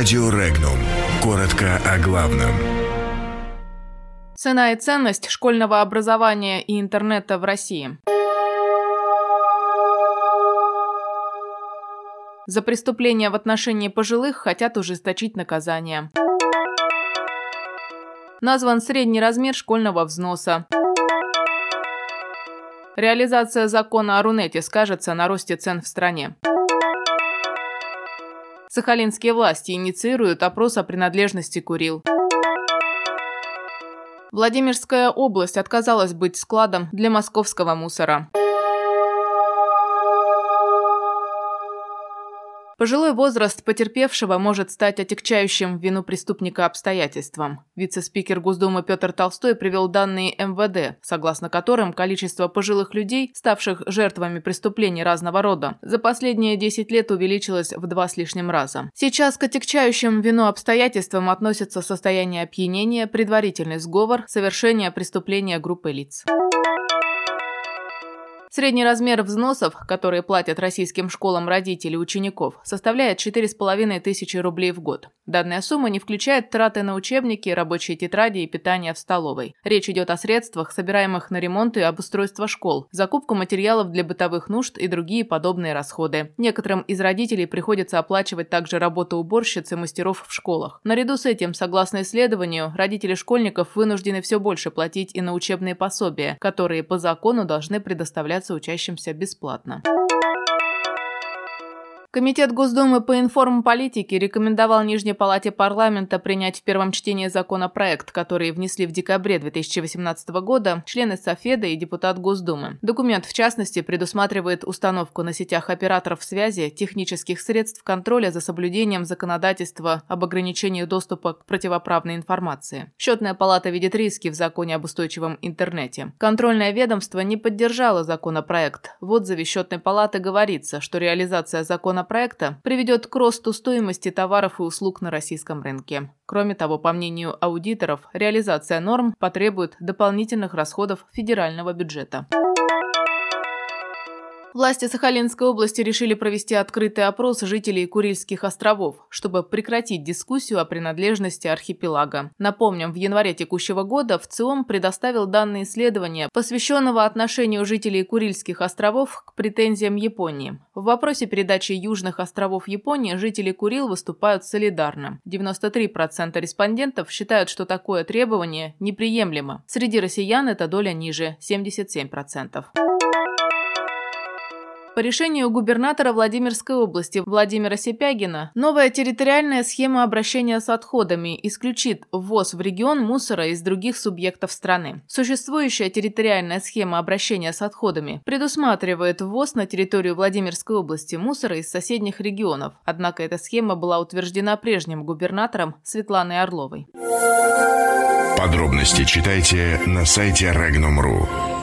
Радио Регнум. Коротко о главном. Цена и ценность школьного образования и интернета в России. За преступления в отношении пожилых хотят ужесточить наказание. Назван средний размер школьного взноса. Реализация закона о Рунете скажется на росте цен в стране. Сахалинские власти инициируют опрос о принадлежности Курил. Владимирская область отказалась быть складом для московского мусора. Пожилой возраст потерпевшего может стать отягчающим вину преступника обстоятельством. Вице-спикер Госдумы Петр Толстой привел данные МВД, согласно которым количество пожилых людей, ставших жертвами преступлений разного рода, за последние 10 лет увеличилось в 2 с лишним раза. Сейчас к отягчающим вину обстоятельствам относятся состояние опьянения, предварительный сговор, совершение преступления группой лиц. Средний размер взносов, которые платят российским школам родители учеников, составляет 4500 рублей в год. Данная сумма не включает траты на учебники, рабочие тетради и питание в столовой. Речь идет о средствах, собираемых на ремонт и обустройство школ, закупку материалов для бытовых нужд и другие подобные расходы. Некоторым из родителей приходится оплачивать также работу уборщиц и мастеров в школах. Наряду с этим, согласно исследованию, родители школьников вынуждены все больше платить и на учебные пособия, которые по закону должны предоставляться учащимся бесплатно. Комитет Госдумы по информполитике рекомендовал Нижней палате парламента принять в первом чтении законопроект, который внесли в декабре 2018 года члены Софеда и депутат Госдумы. Документ, в частности, предусматривает установку на сетях операторов связи технических средств контроля за соблюдением законодательства об ограничении доступа к противоправной информации. Счетная палата видит риски в законе об устойчивом интернете. Контрольное ведомство не поддержало законопроект. В отзыве Счетной палаты говорится, что реализация законопроекта приведет к росту стоимости товаров и услуг на российском рынке. Кроме того, по мнению аудиторов, реализация норм потребует дополнительных расходов федерального бюджета. Власти Сахалинской области решили провести открытый опрос жителей Курильских островов, чтобы прекратить дискуссию о принадлежности архипелага. Напомним, в январе текущего года ВЦИОМ предоставил данные исследования, посвященного отношению жителей Курильских островов к претензиям Японии. В вопросе передачи южных островов Японии жители Курил выступают солидарно. 93% респондентов считают, что такое требование неприемлемо. Среди россиян эта доля ниже – 77%. По решению губернатора Владимирской области Владимира Сипягина, новая территориальная схема обращения с отходами исключит ввоз в регион мусора из других субъектов страны. Существующая территориальная схема обращения с отходами предусматривает ввоз на территорию Владимирской области мусора из соседних регионов, однако эта схема была утверждена прежним губернатором Светланой Орловой. Подробности читайте на сайте Regnum.ru.